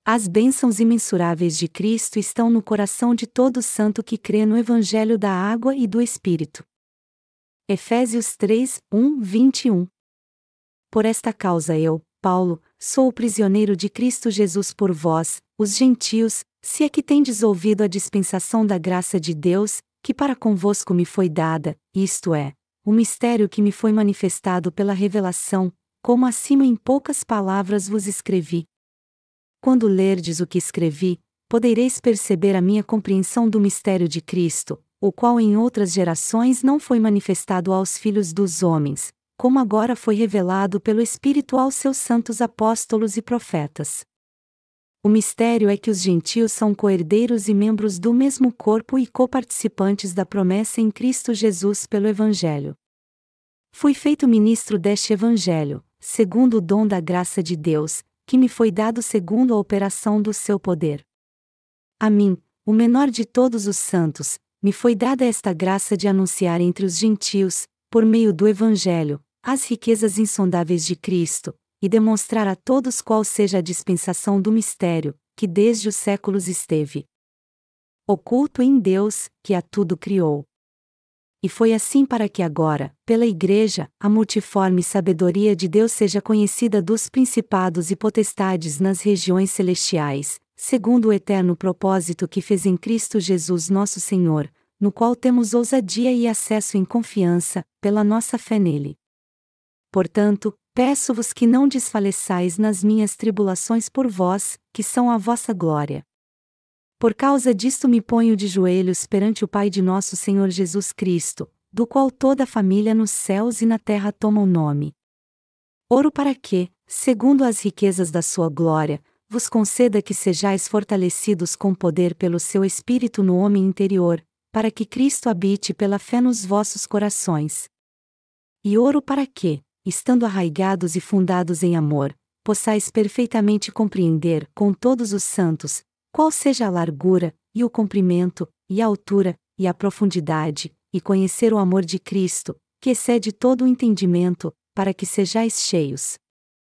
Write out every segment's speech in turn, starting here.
As bênçãos imensuráveis de Cristo estão no coração de todo santo que crê no Evangelho da Água e do Espírito. Efésios 3, 1, 21. Por esta causa eu, Paulo, sou o prisioneiro de Cristo Jesus por vós, os gentios, se é que tendes ouvido a dispensação da graça de Deus, que para convosco me foi dada, isto é, o mistério que me foi manifestado pela revelação, como acima em poucas palavras vos escrevi. Quando lerdes o que escrevi, podereis perceber a minha compreensão do mistério de Cristo, o qual em outras gerações não foi manifestado aos filhos dos homens, como agora foi revelado pelo Espírito aos seus santos apóstolos e profetas. O mistério é que os gentios são co-herdeiros e membros do mesmo corpo e coparticipantes da promessa em Cristo Jesus pelo Evangelho. Fui feito ministro deste Evangelho, segundo o dom da graça de Deus, que me foi dado segundo a operação do seu poder. A mim, o menor de todos os santos, me foi dada esta graça de anunciar entre os gentios, por meio do Evangelho, as riquezas insondáveis de Cristo, e demonstrar a todos qual seja a dispensação do mistério, que desde os séculos esteve oculto em Deus, que a tudo criou. E foi assim para que agora, pela Igreja, a multiforme sabedoria de Deus seja conhecida dos principados e potestades nas regiões celestiais, segundo o eterno propósito que fez em Cristo Jesus nosso Senhor, no qual temos ousadia e acesso em confiança, pela nossa fé nele. Portanto, peço-vos que não desfaleçais nas minhas tribulações por vós, que são a vossa glória. Por causa disto me ponho de joelhos perante o Pai de nosso Senhor Jesus Cristo, do qual toda a família nos céus e na terra toma o nome. Oro para que, segundo as riquezas da sua glória, vos conceda que sejais fortalecidos com poder pelo seu Espírito no homem interior, para que Cristo habite pela fé nos vossos corações. E oro para que, estando arraigados e fundados em amor, possais perfeitamente compreender, com todos os santos, qual seja a largura, e o comprimento, e a altura, e a profundidade, e conhecer o amor de Cristo, que excede todo o entendimento, para que sejais cheios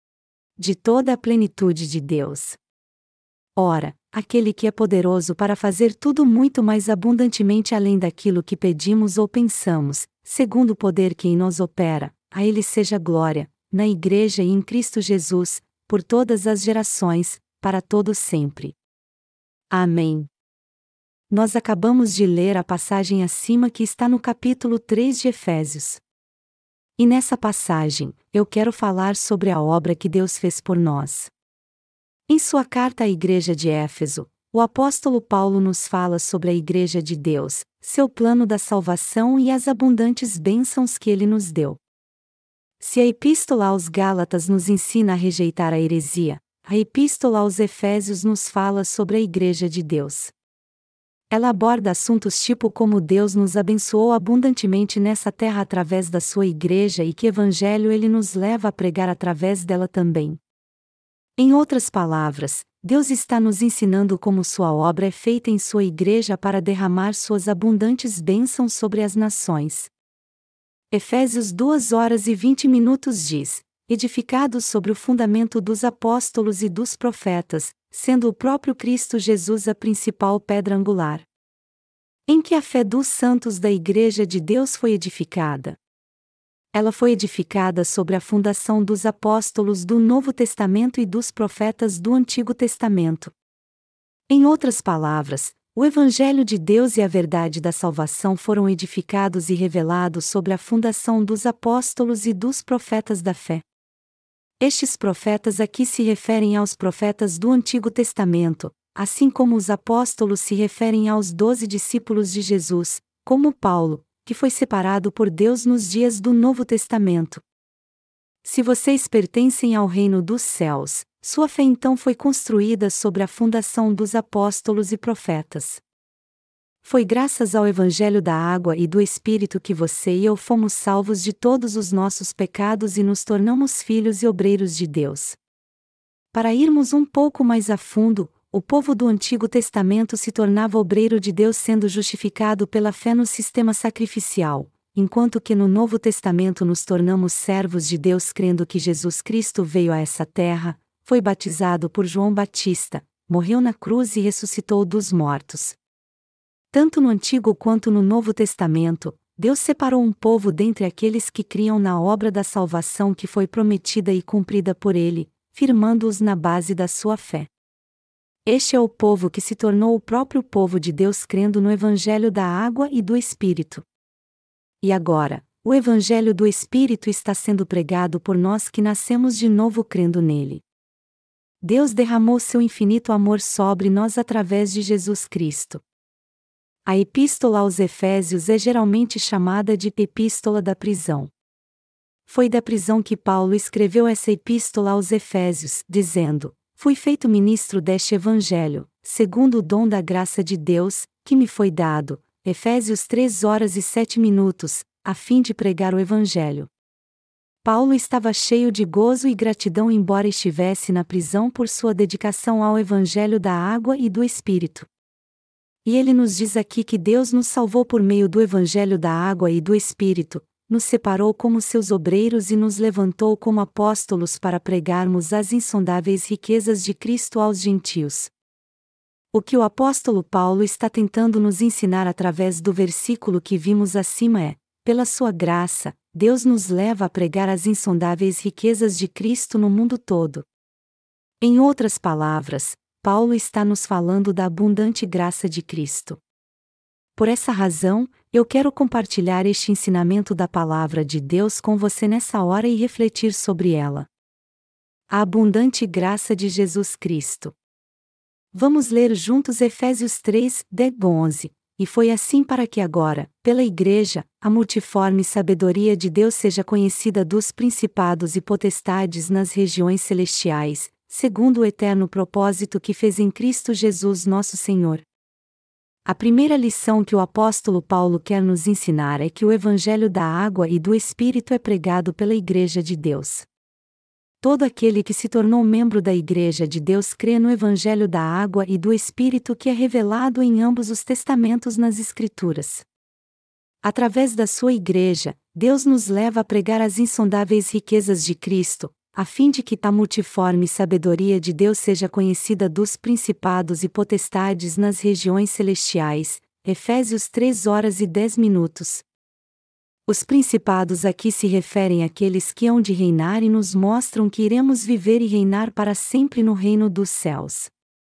de toda a plenitude de Deus. Ora, aquele que é poderoso para fazer tudo muito mais abundantemente além daquilo que pedimos ou pensamos, segundo o poder que em nós opera, a ele seja glória, na Igreja e em Cristo Jesus, por todas as gerações, para todo sempre. Amém. Nós acabamos de ler a passagem acima que está no capítulo 3 de Efésios. E nessa passagem, eu quero falar sobre a obra que Deus fez por nós. Em sua carta à Igreja de Éfeso, o apóstolo Paulo nos fala sobre a Igreja de Deus, seu plano da salvação e as abundantes bênçãos que ele nos deu. Se a Epístola aos Gálatas nos ensina a rejeitar a heresia, a Epístola aos Efésios nos fala sobre a Igreja de Deus. Ela aborda assuntos tipo como Deus nos abençoou abundantemente nessa terra através da sua Igreja e que evangelho ele nos leva a pregar através dela também. Em outras palavras, Deus está nos ensinando como sua obra é feita em sua Igreja para derramar suas abundantes bênçãos sobre as nações. Efésios 2h20 diz: edificados sobre o fundamento dos apóstolos e dos profetas, sendo o próprio Cristo Jesus a principal pedra angular. Em que a fé dos santos da Igreja de Deus foi edificada? Ela foi edificada sobre a fundação dos apóstolos do Novo Testamento e dos profetas do Antigo Testamento. Em outras palavras, o Evangelho de Deus e a verdade da salvação foram edificados e revelados sobre a fundação dos apóstolos e dos profetas da fé. Estes profetas aqui se referem aos profetas do Antigo Testamento, assim como os apóstolos se referem aos 12 discípulos de Jesus, como Paulo, que foi separado por Deus nos dias do Novo Testamento. Se vocês pertencem ao reino dos céus, sua fé então foi construída sobre a fundação dos apóstolos e profetas. Foi graças ao Evangelho da Água e do Espírito que você e eu fomos salvos de todos os nossos pecados e nos tornamos filhos e obreiros de Deus. Para irmos um pouco mais a fundo, o povo do Antigo Testamento se tornava obreiro de Deus sendo justificado pela fé no sistema sacrificial, enquanto que no Novo Testamento nos tornamos servos de Deus crendo que Jesus Cristo veio a essa terra, foi batizado por João Batista, morreu na cruz e ressuscitou dos mortos. Tanto no Antigo quanto no Novo Testamento, Deus separou um povo dentre aqueles que criam na obra da salvação que foi prometida e cumprida por Ele, firmando-os na base da sua fé. Este é o povo que se tornou o próprio povo de Deus crendo no Evangelho da água e do Espírito. E agora, o Evangelho do Espírito está sendo pregado por nós que nascemos de novo crendo nele. Deus derramou seu infinito amor sobre nós através de Jesus Cristo. A Epístola aos Efésios é geralmente chamada de Epístola da prisão. Foi da prisão que Paulo escreveu essa Epístola aos Efésios, dizendo: Fui feito ministro deste Evangelho, segundo o dom da graça de Deus, que me foi dado, Efésios 3:07, a fim de pregar o Evangelho. Paulo estava cheio de gozo e gratidão embora estivesse na prisão por sua dedicação ao Evangelho da água e do Espírito. E ele nos diz aqui que Deus nos salvou por meio do Evangelho da água e do Espírito, nos separou como seus obreiros e nos levantou como apóstolos para pregarmos as insondáveis riquezas de Cristo aos gentios. O que o apóstolo Paulo está tentando nos ensinar através do versículo que vimos acima é: pela sua graça, Deus nos leva a pregar as insondáveis riquezas de Cristo no mundo todo. Em outras palavras, Paulo está nos falando da abundante graça de Cristo. Por essa razão, eu quero compartilhar este ensinamento da palavra de Deus com você nessa hora e refletir sobre ela. A abundante graça de Jesus Cristo. Vamos ler juntos Efésios 3:10-11. E foi assim para que agora, pela Igreja, a multiforme sabedoria de Deus seja conhecida dos principados e potestades nas regiões celestiais, segundo o eterno propósito que fez em Cristo Jesus nosso Senhor. A primeira lição que o apóstolo Paulo quer nos ensinar é que o Evangelho da água e do Espírito é pregado pela Igreja de Deus. Todo aquele que se tornou membro da Igreja de Deus crê no Evangelho da água e do Espírito que é revelado em ambos os testamentos nas Escrituras. Através da sua Igreja, Deus nos leva a pregar as insondáveis riquezas de Cristo, a fim de que a multiforme sabedoria de Deus seja conhecida dos principados e potestades nas regiões celestiais. Efésios 3:10. Os principados aqui se referem àqueles que hão de reinar e nos mostram que iremos viver e reinar para sempre no reino dos céus.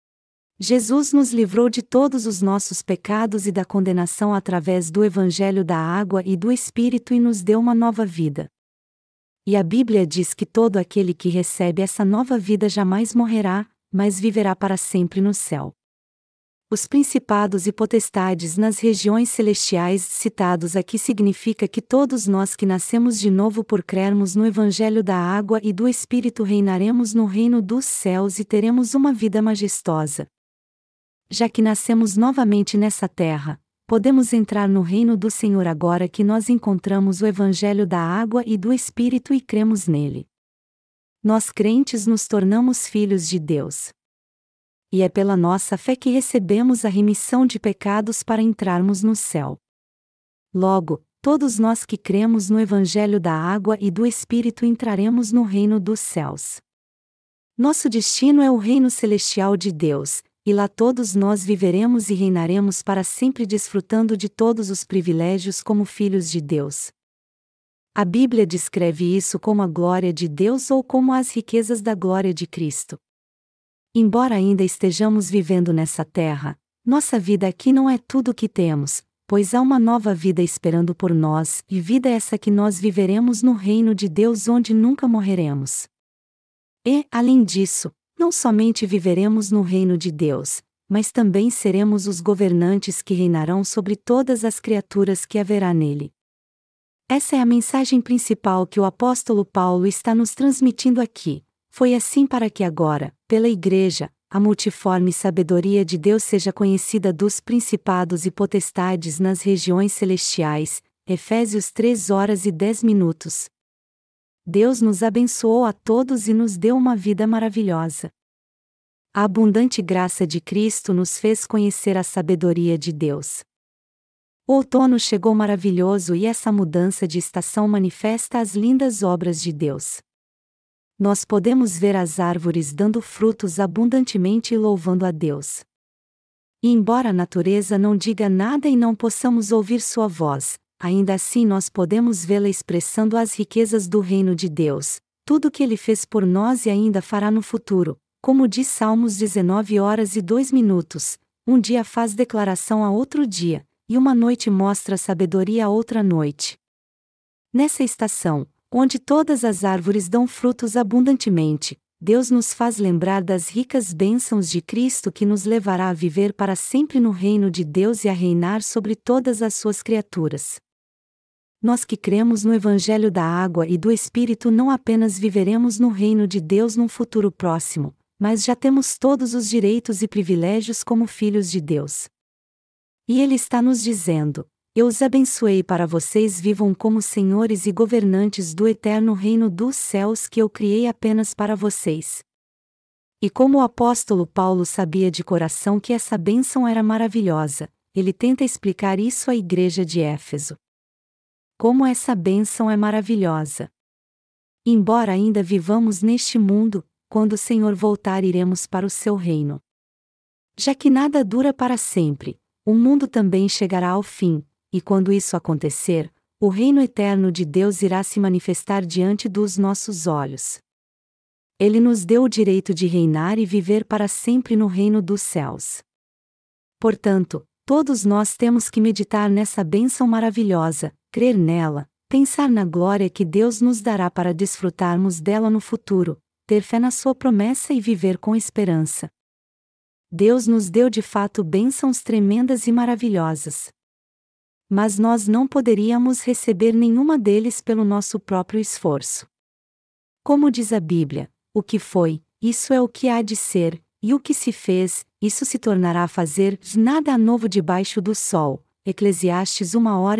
Jesus nos livrou de todos os nossos pecados e da condenação através do Evangelho da água e do Espírito e nos deu uma nova vida. E a Bíblia diz que todo aquele que recebe essa nova vida jamais morrerá, mas viverá para sempre no céu. Os principados e potestades nas regiões celestiais citados aqui significa que todos nós que nascemos de novo por crermos no Evangelho da água e do Espírito reinaremos no reino dos céus e teremos uma vida majestosa. Já que nascemos novamente nessa terra, podemos entrar no reino do Senhor agora que nós encontramos o Evangelho da água e do Espírito e cremos nele. Nós crentes nos tornamos filhos de Deus. E é pela nossa fé que recebemos a remissão de pecados para entrarmos no céu. Logo, todos nós que cremos no Evangelho da água e do Espírito entraremos no reino dos céus. Nosso destino é o reino celestial de Deus, e lá todos nós viveremos e reinaremos para sempre desfrutando de todos os privilégios como filhos de Deus. A Bíblia descreve isso como a glória de Deus ou como as riquezas da glória de Cristo. Embora ainda estejamos vivendo nessa terra, nossa vida aqui não é tudo o que temos, pois há uma nova vida esperando por nós, e vida essa que nós viveremos no reino de Deus onde nunca morreremos. E, além disso, não somente viveremos no reino de Deus, mas também seremos os governantes que reinarão sobre todas as criaturas que haverá nele. Essa é a mensagem principal que o apóstolo Paulo está nos transmitindo aqui. Foi assim para que agora, pela Igreja, a multiforme sabedoria de Deus seja conhecida dos principados e potestades nas regiões celestiais. Efésios 3:10. Deus nos abençoou a todos e nos deu uma vida maravilhosa. A abundante graça de Cristo nos fez conhecer a sabedoria de Deus. O outono chegou maravilhoso e essa mudança de estação manifesta as lindas obras de Deus. Nós podemos ver as árvores dando frutos abundantemente e louvando a Deus. E embora a natureza não diga nada e não possamos ouvir sua voz, ainda assim nós podemos vê-la expressando as riquezas do reino de Deus, tudo o que Ele fez por nós e ainda fará no futuro, como diz Salmos 19h02, um dia faz declaração a outro dia, e uma noite mostra sabedoria a outra noite. Nessa estação, onde todas as árvores dão frutos abundantemente, Deus nos faz lembrar das ricas bênçãos de Cristo que nos levará a viver para sempre no reino de Deus e a reinar sobre todas as suas criaturas. Nós que cremos no Evangelho da Água e do Espírito não apenas viveremos no reino de Deus num futuro próximo, mas já temos todos os direitos e privilégios como filhos de Deus. E Ele está nos dizendo: eu os abençoei para vocês vivam como senhores e governantes do eterno reino dos céus que eu criei apenas para vocês. E como o apóstolo Paulo sabia de coração que essa bênção era maravilhosa, ele tenta explicar isso à igreja de Éfeso. Como essa bênção é maravilhosa! Embora ainda vivamos neste mundo, quando o Senhor voltar iremos para o seu reino. Já que nada dura para sempre, o mundo também chegará ao fim. E quando isso acontecer, o reino eterno de Deus irá se manifestar diante dos nossos olhos. Ele nos deu o direito de reinar e viver para sempre no reino dos céus. Portanto, todos nós temos que meditar nessa bênção maravilhosa, crer nela, pensar na glória que Deus nos dará para desfrutarmos dela no futuro, ter fé na sua promessa e viver com esperança. Deus nos deu de fato bênçãos tremendas e maravilhosas. Mas nós não poderíamos receber nenhuma deles pelo nosso próprio esforço. Como diz a Bíblia, o que foi, isso é o que há de ser, e o que se fez, isso se tornará a fazer, nada há novo debaixo do sol. Eclesiastes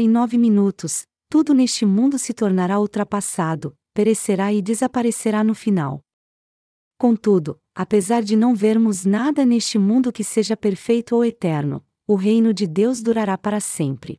1h09, tudo neste mundo se tornará ultrapassado, perecerá e desaparecerá no final. Contudo, apesar de não vermos nada neste mundo que seja perfeito ou eterno, o reino de Deus durará para sempre.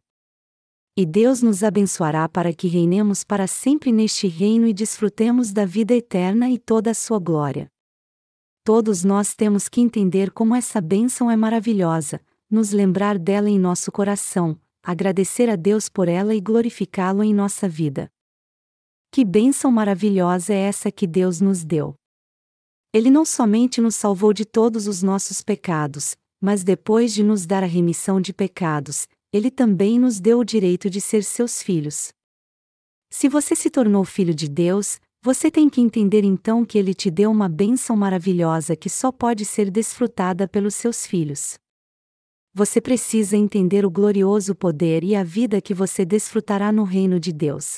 E Deus nos abençoará para que reinemos para sempre neste reino e desfrutemos da vida eterna e toda a sua glória. Todos nós temos que entender como essa bênção é maravilhosa, nos lembrar dela em nosso coração, agradecer a Deus por ela e glorificá-lo em nossa vida. Que bênção maravilhosa é essa que Deus nos deu! Ele não somente nos salvou de todos os nossos pecados, mas depois de nos dar a remissão de pecados, Ele também nos deu o direito de ser seus filhos. Se você se tornou filho de Deus, você tem que entender então que Ele te deu uma bênção maravilhosa que só pode ser desfrutada pelos seus filhos. Você precisa entender o glorioso poder e a vida que você desfrutará no reino de Deus.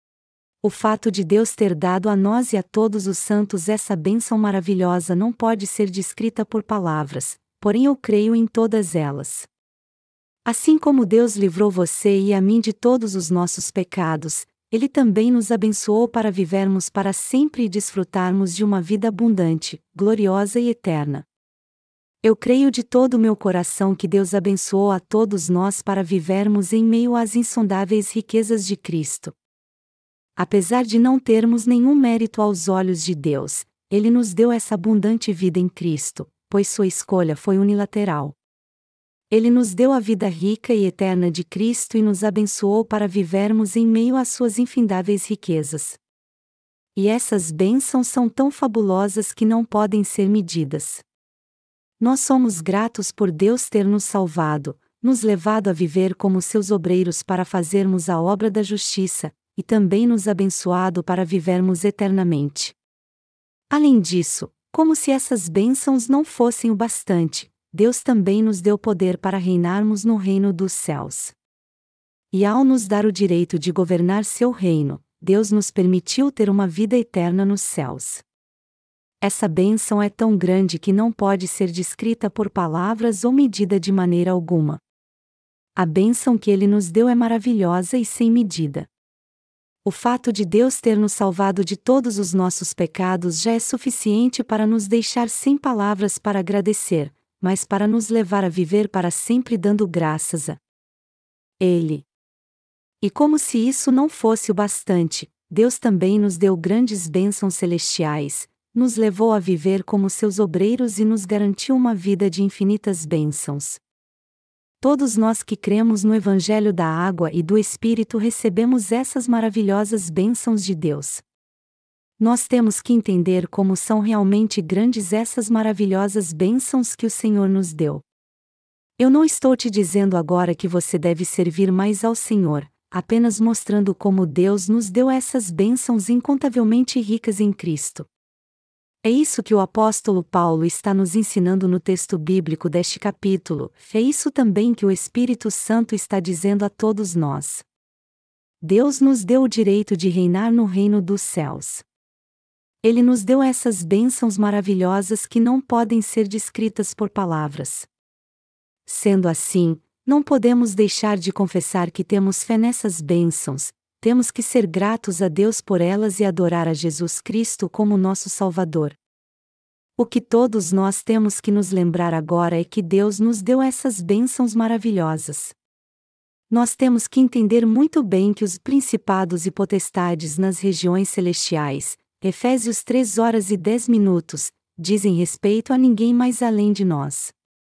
O fato de Deus ter dado a nós e a todos os santos essa bênção maravilhosa não pode ser descrita por palavras, porém eu creio em todas elas. Assim como Deus livrou você e a mim de todos os nossos pecados, Ele também nos abençoou para vivermos para sempre e desfrutarmos de uma vida abundante, gloriosa e eterna. Eu creio de todo o meu coração que Deus abençoou a todos nós para vivermos em meio às insondáveis riquezas de Cristo. Apesar de não termos nenhum mérito aos olhos de Deus, Ele nos deu essa abundante vida em Cristo, pois sua escolha foi unilateral. Ele nos deu a vida rica e eterna de Cristo e nos abençoou para vivermos em meio às suas infindáveis riquezas. E essas bênçãos são tão fabulosas que não podem ser medidas. Nós somos gratos por Deus ter nos salvado, nos levado a viver como seus obreiros para fazermos a obra da justiça, e também nos abençoado para vivermos eternamente. Além disso, como se essas bênçãos não fossem o bastante, Deus também nos deu poder para reinarmos no reino dos céus. E ao nos dar o direito de governar seu reino, Deus nos permitiu ter uma vida eterna nos céus. Essa bênção é tão grande que não pode ser descrita por palavras ou medida de maneira alguma. A bênção que Ele nos deu é maravilhosa e sem medida. O fato de Deus ter nos salvado de todos os nossos pecados já é suficiente para nos deixar sem palavras para agradecer, mas para nos levar a viver para sempre dando graças a Ele. E como se isso não fosse o bastante, Deus também nos deu grandes bênçãos celestiais, nos levou a viver como seus obreiros e nos garantiu uma vida de infinitas bênçãos. Todos nós que cremos no Evangelho da Água e do Espírito recebemos essas maravilhosas bênçãos de Deus. Nós temos que entender como são realmente grandes essas maravilhosas bênçãos que o Senhor nos deu. Eu não estou te dizendo agora que você deve servir mais ao Senhor, apenas mostrando como Deus nos deu essas bênçãos incontavelmente ricas em Cristo. É isso que o apóstolo Paulo está nos ensinando no texto bíblico deste capítulo, é isso também que o Espírito Santo está dizendo a todos nós. Deus nos deu o direito de reinar no reino dos céus. Ele nos deu essas bênçãos maravilhosas que não podem ser descritas por palavras. Sendo assim, não podemos deixar de confessar que temos fé nessas bênçãos, temos que ser gratos a Deus por elas e adorar a Jesus Cristo como nosso Salvador. O que todos nós temos que nos lembrar agora é que Deus nos deu essas bênçãos maravilhosas. Nós temos que entender muito bem que os principados e potestades nas regiões celestiais, Efésios 3:10, dizem respeito a ninguém mais além de nós.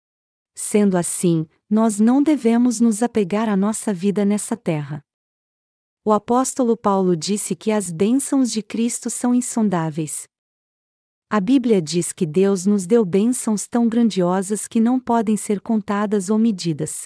Sendo assim, nós não devemos nos apegar à nossa vida nessa terra. O apóstolo Paulo disse que as bênçãos de Cristo são insondáveis. A Bíblia diz que Deus nos deu bênçãos tão grandiosas que não podem ser contadas ou medidas.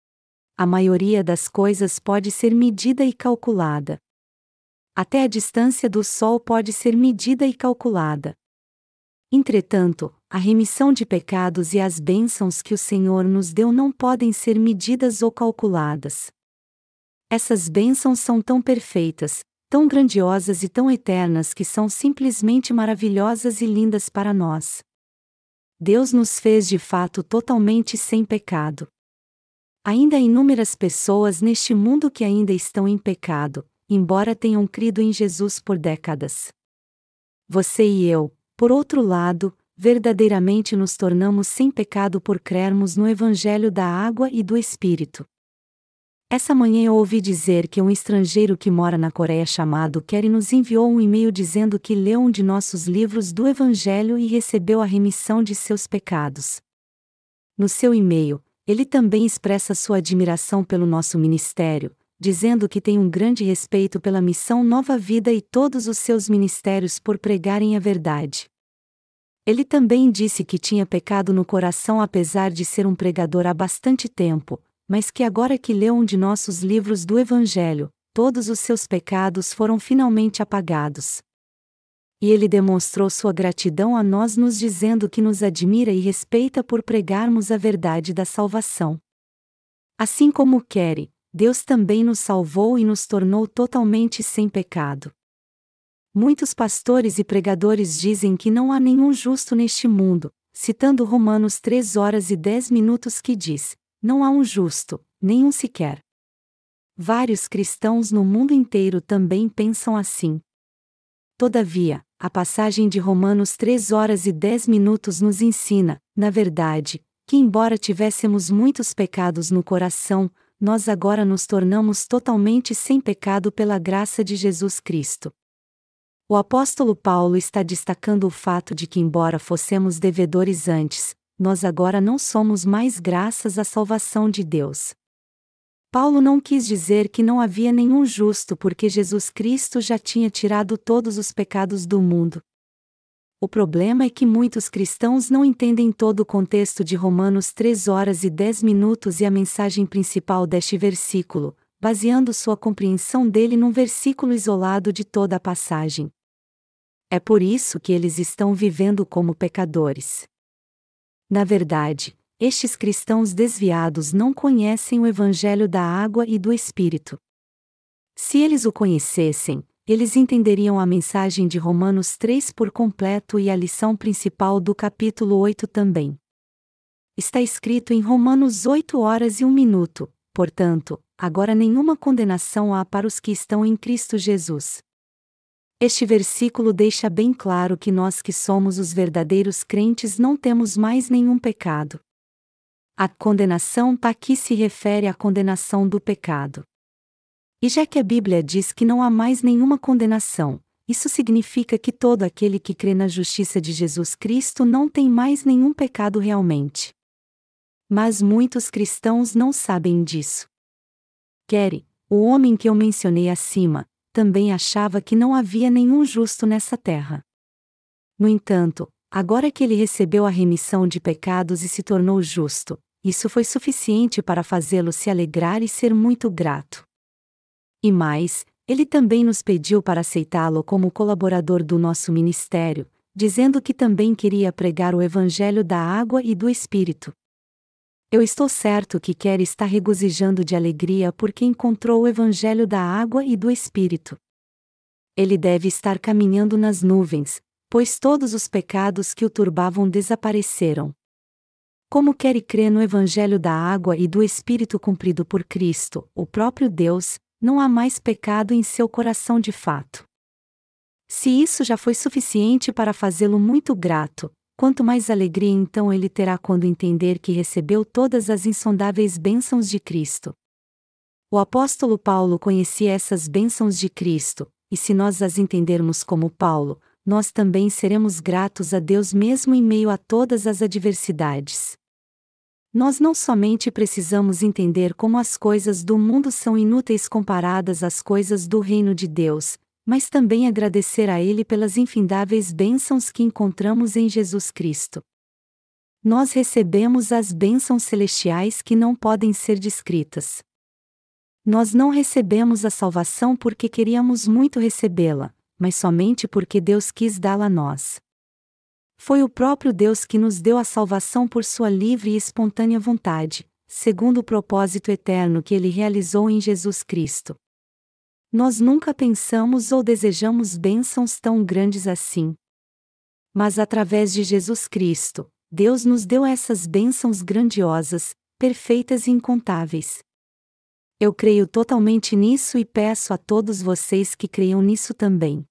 A maioria das coisas pode ser medida e calculada. Até a distância do Sol pode ser medida e calculada. Entretanto, a remissão de pecados e as bênçãos que o Senhor nos deu não podem ser medidas ou calculadas. Essas bênçãos são tão perfeitas, tão grandiosas e tão eternas que são simplesmente maravilhosas e lindas para nós. Deus nos fez de fato totalmente sem pecado. Ainda há inúmeras pessoas neste mundo que ainda estão em pecado, embora tenham crido em Jesus por décadas. Você e eu, por outro lado, verdadeiramente nos tornamos sem pecado por crermos no Evangelho da Água e do Espírito. Essa manhã eu ouvi dizer que um estrangeiro que mora na Coreia chamado Kerry nos enviou um e-mail dizendo que leu um de nossos livros do Evangelho e recebeu a remissão de seus pecados. No seu e-mail, ele também expressa sua admiração pelo nosso ministério, dizendo que tem um grande respeito pela missão Nova Vida e todos os seus ministérios por pregarem a verdade. Ele também disse que tinha pecado no coração apesar de ser um pregador há bastante tempo, mas que agora que leu um de nossos livros do Evangelho, todos os seus pecados foram finalmente apagados. E ele demonstrou sua gratidão a nós nos dizendo que nos admira e respeita por pregarmos a verdade da salvação. Assim como Kerry, Deus também nos salvou e nos tornou totalmente sem pecado. Muitos pastores e pregadores dizem que não há nenhum justo neste mundo, citando Romanos 3:10 que diz: não há um justo, nenhum sequer. Vários cristãos no mundo inteiro também pensam assim. Todavia, a passagem de Romanos 3:10 nos ensina, na verdade, que embora tivéssemos muitos pecados no coração, nós agora nos tornamos totalmente sem pecado pela graça de Jesus Cristo. O apóstolo Paulo está destacando o fato de que embora fossemos devedores antes, nós agora não somos mais graças à salvação de Deus. Paulo não quis dizer que não havia nenhum justo porque Jesus Cristo já tinha tirado todos os pecados do mundo. O problema é que muitos cristãos não entendem todo o contexto de Romanos 3:10 e a mensagem principal deste versículo, baseando sua compreensão dele num versículo isolado de toda a passagem. É por isso que eles estão vivendo como pecadores. Na verdade, estes cristãos desviados não conhecem o Evangelho da Água e do Espírito. Se eles o conhecessem, eles entenderiam a mensagem de Romanos 3 por completo e a lição principal do capítulo 8 também. Está escrito em Romanos 8:01, portanto, agora nenhuma condenação há para os que estão em Cristo Jesus. Este versículo deixa bem claro que nós que somos os verdadeiros crentes não temos mais nenhum pecado. A condenação aqui se refere à condenação do pecado. E já que a Bíblia diz que não há mais nenhuma condenação, isso significa que todo aquele que crê na justiça de Jesus Cristo não tem mais nenhum pecado realmente. Mas muitos cristãos não sabem disso. Gary, o homem que eu mencionei acima, também achava que não havia nenhum justo nessa terra. No entanto, agora que ele recebeu a remissão de pecados e se tornou justo, isso foi suficiente para fazê-lo se alegrar e ser muito grato. E mais, ele também nos pediu para aceitá-lo como colaborador do nosso ministério, dizendo que também queria pregar o Evangelho da água e do Espírito. Eu estou certo que quer estar regozijando de alegria porque encontrou o Evangelho da água e do Espírito. Ele deve estar caminhando nas nuvens, pois todos os pecados que o turbavam desapareceram. Como quer e crê no Evangelho da água e do Espírito cumprido por Cristo, o próprio Deus, não há mais pecado em seu coração de fato. Se isso já foi suficiente para fazê-lo muito grato, quanto mais alegria então ele terá quando entender que recebeu todas as insondáveis bênçãos de Cristo. O apóstolo Paulo conhecia essas bênçãos de Cristo, e se nós as entendermos como Paulo, nós também seremos gratos a Deus mesmo em meio a todas as adversidades. Nós não somente precisamos entender como as coisas do mundo são inúteis comparadas às coisas do reino de Deus, mas também agradecer a Ele pelas infindáveis bênçãos que encontramos em Jesus Cristo. Nós recebemos as bênçãos celestiais que não podem ser descritas. Nós não recebemos a salvação porque queríamos muito recebê-la, mas somente porque Deus quis dá-la a nós. Foi o próprio Deus que nos deu a salvação por sua livre e espontânea vontade, segundo o propósito eterno que Ele realizou em Jesus Cristo. Nós nunca pensamos ou desejamos bênçãos tão grandes assim. Mas através de Jesus Cristo, Deus nos deu essas bênçãos grandiosas, perfeitas e incontáveis. Eu creio totalmente nisso e peço a todos vocês que creiam nisso também.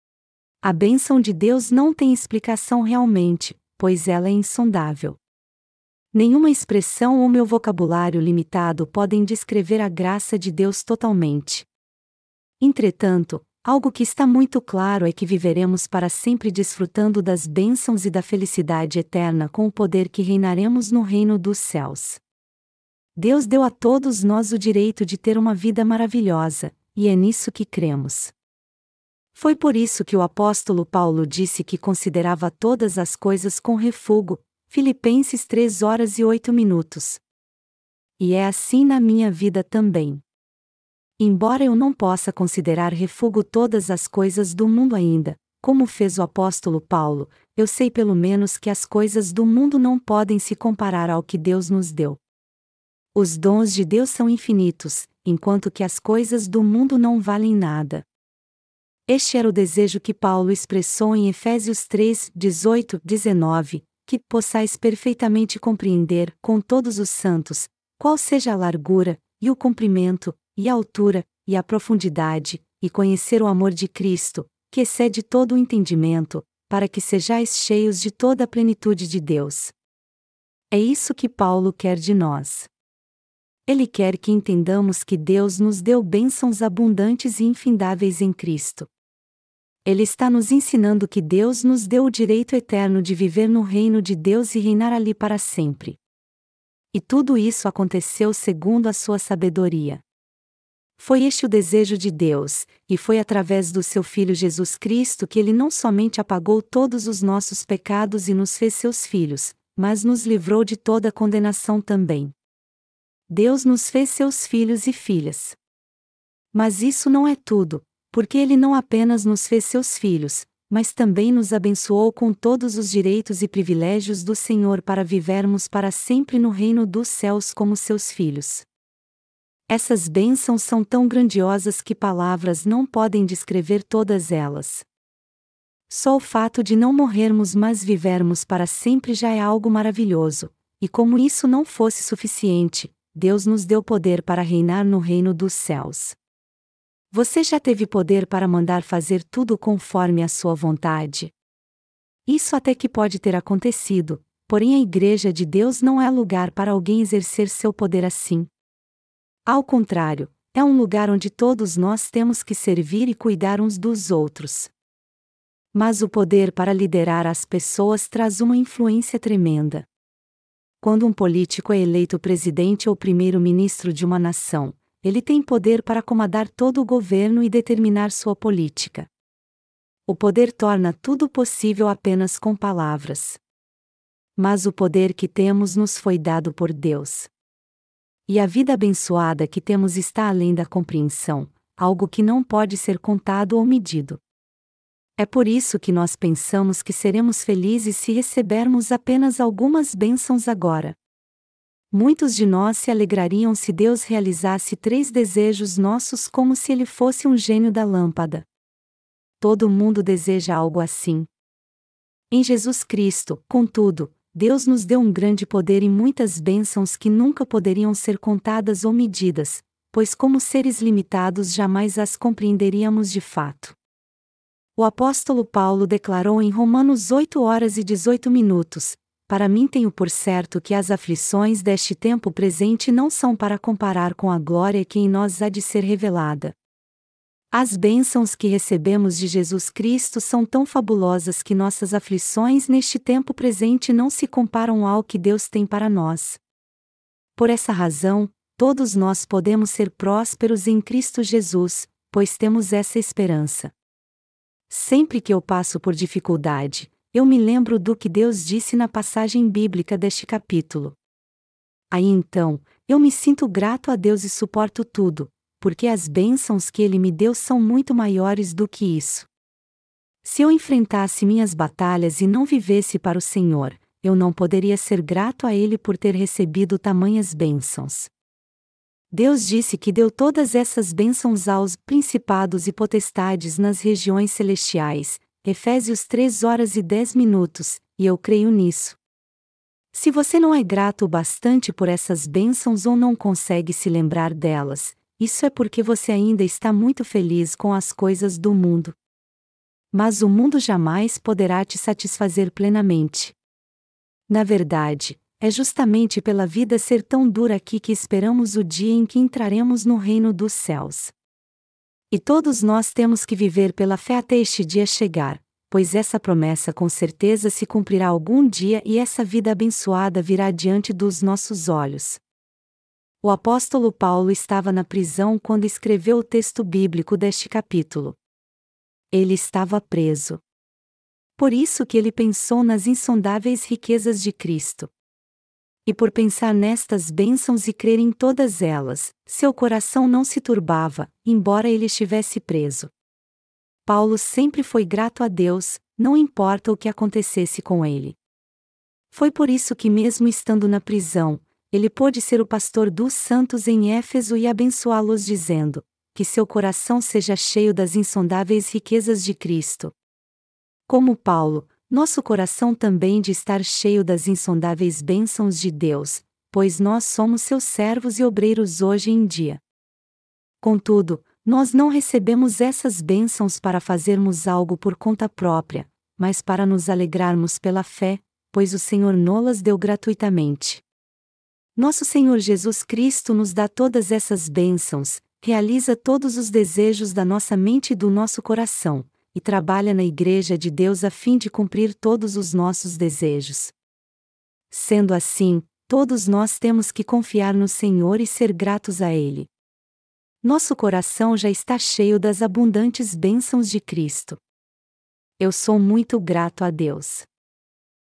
A bênção de Deus não tem explicação realmente, pois ela é insondável. Nenhuma expressão ou meu vocabulário limitado podem descrever a graça de Deus totalmente. Entretanto, algo que está muito claro é que viveremos para sempre desfrutando das bênçãos e da felicidade eterna com o poder que reinaremos no reino dos céus. Deus deu a todos nós o direito de ter uma vida maravilhosa, e é nisso que cremos. Foi por isso que o apóstolo Paulo disse que considerava todas as coisas com refúgio, Filipenses 3:08. E é assim na minha vida também. Embora eu não possa considerar refúgio todas as coisas do mundo ainda, como fez o apóstolo Paulo, eu sei pelo menos que as coisas do mundo não podem se comparar ao que Deus nos deu. Os dons de Deus são infinitos, enquanto que as coisas do mundo não valem nada. Este era o desejo que Paulo expressou em Efésios 3:18-19, que possais perfeitamente compreender, com todos os santos, qual seja a largura, e o comprimento, e a altura, e a profundidade, e conhecer o amor de Cristo, que excede todo o entendimento, para que sejais cheios de toda a plenitude de Deus. É isso que Paulo quer de nós. Ele quer que entendamos que Deus nos deu bênçãos abundantes e infindáveis em Cristo. Ele está nos ensinando que Deus nos deu o direito eterno de viver no reino de Deus e reinar ali para sempre. E tudo isso aconteceu segundo a sua sabedoria. Foi este o desejo de Deus, e foi através do seu Filho Jesus Cristo que Ele não somente apagou todos os nossos pecados e nos fez seus filhos, mas nos livrou de toda a condenação também. Deus nos fez seus filhos e filhas. Mas isso não é tudo, porque Ele não apenas nos fez seus filhos, mas também nos abençoou com todos os direitos e privilégios do Senhor para vivermos para sempre no reino dos céus como seus filhos. Essas bênçãos são tão grandiosas que palavras não podem descrever todas elas. Só o fato de não morrermos mas vivermos para sempre já é algo maravilhoso, e como isso não fosse suficiente, Deus nos deu poder para reinar no reino dos céus. Você já teve poder para mandar fazer tudo conforme a sua vontade? Isso até que pode ter acontecido, porém a Igreja de Deus não é lugar para alguém exercer seu poder assim. Ao contrário, É um lugar onde todos nós temos que servir e cuidar uns dos outros. Mas o poder para liderar as pessoas traz uma influência tremenda. Quando um político é eleito presidente ou primeiro-ministro de uma nação, ele tem poder para comandar todo o governo e determinar sua política. O poder torna tudo possível apenas com palavras. Mas o poder que temos nos foi dado por Deus. E a vida abençoada que temos está além da compreensão, algo que não pode ser contado ou medido. É por isso que nós pensamos que seremos felizes se recebermos apenas algumas bênçãos agora. Muitos de nós se alegrariam se Deus realizasse 3 desejos nossos como se Ele fosse um gênio da lâmpada. Todo mundo deseja algo assim. Em Jesus Cristo, contudo, Deus nos deu um grande poder e muitas bênçãos que nunca poderiam ser contadas ou medidas, pois como seres limitados jamais as compreenderíamos de fato. O apóstolo Paulo declarou em Romanos 8h18: Para mim tenho por certo que as aflições deste tempo presente não são para comparar com a glória que em nós há de ser revelada. As bênçãos que recebemos de Jesus Cristo são tão fabulosas que nossas aflições neste tempo presente não se comparam ao que Deus tem para nós. Por essa razão, todos nós podemos ser prósperos em Cristo Jesus, pois temos essa esperança. Sempre que eu passo por dificuldade, eu me lembro do que Deus disse na passagem bíblica deste capítulo. Aí então, eu me sinto grato a Deus e suporto tudo, porque as bênçãos que Ele me deu são muito maiores do que isso. Se eu enfrentasse minhas batalhas e não vivesse para o Senhor, eu não poderia ser grato a Ele por ter recebido tamanhas bênçãos. Deus disse que deu todas essas bênçãos aos principados e potestades nas regiões celestiais, Efésios 3h10, e eu creio nisso. Se você não é grato o bastante por essas bênçãos ou não consegue se lembrar delas, isso é porque você ainda está muito feliz com as coisas do mundo. Mas o mundo jamais poderá te satisfazer plenamente. Na verdade, é justamente pela vida ser tão dura aqui que esperamos o dia em que entraremos no reino dos céus. E todos nós temos que viver pela fé até este dia chegar, pois essa promessa com certeza se cumprirá algum dia e essa vida abençoada virá diante dos nossos olhos. O apóstolo Paulo estava na prisão quando escreveu o texto bíblico deste capítulo. Ele estava preso. Por isso que ele pensou nas insondáveis riquezas de Cristo. E por pensar nestas bênçãos e crer em todas elas, seu coração não se turbava, embora ele estivesse preso. Paulo sempre foi grato a Deus, não importa o que acontecesse com ele. Foi por isso que mesmo estando na prisão, ele pôde ser o pastor dos santos em Éfeso e abençoá-los dizendo: que seu coração seja cheio das insondáveis riquezas de Cristo. Como Paulo, nosso coração também de estar cheio das insondáveis bênçãos de Deus, pois nós somos seus servos e obreiros hoje em dia. Contudo, nós não recebemos essas bênçãos para fazermos algo por conta própria, mas para nos alegrarmos pela fé, pois o Senhor nos-las deu gratuitamente. Nosso Senhor Jesus Cristo nos dá todas essas bênçãos, realiza todos os desejos da nossa mente e do nosso coração, e trabalha na Igreja de Deus a fim de cumprir todos os nossos desejos. Sendo assim, todos nós temos que confiar no Senhor e ser gratos a Ele. Nosso coração já está cheio das abundantes bênçãos de Cristo. Eu sou muito grato a Deus.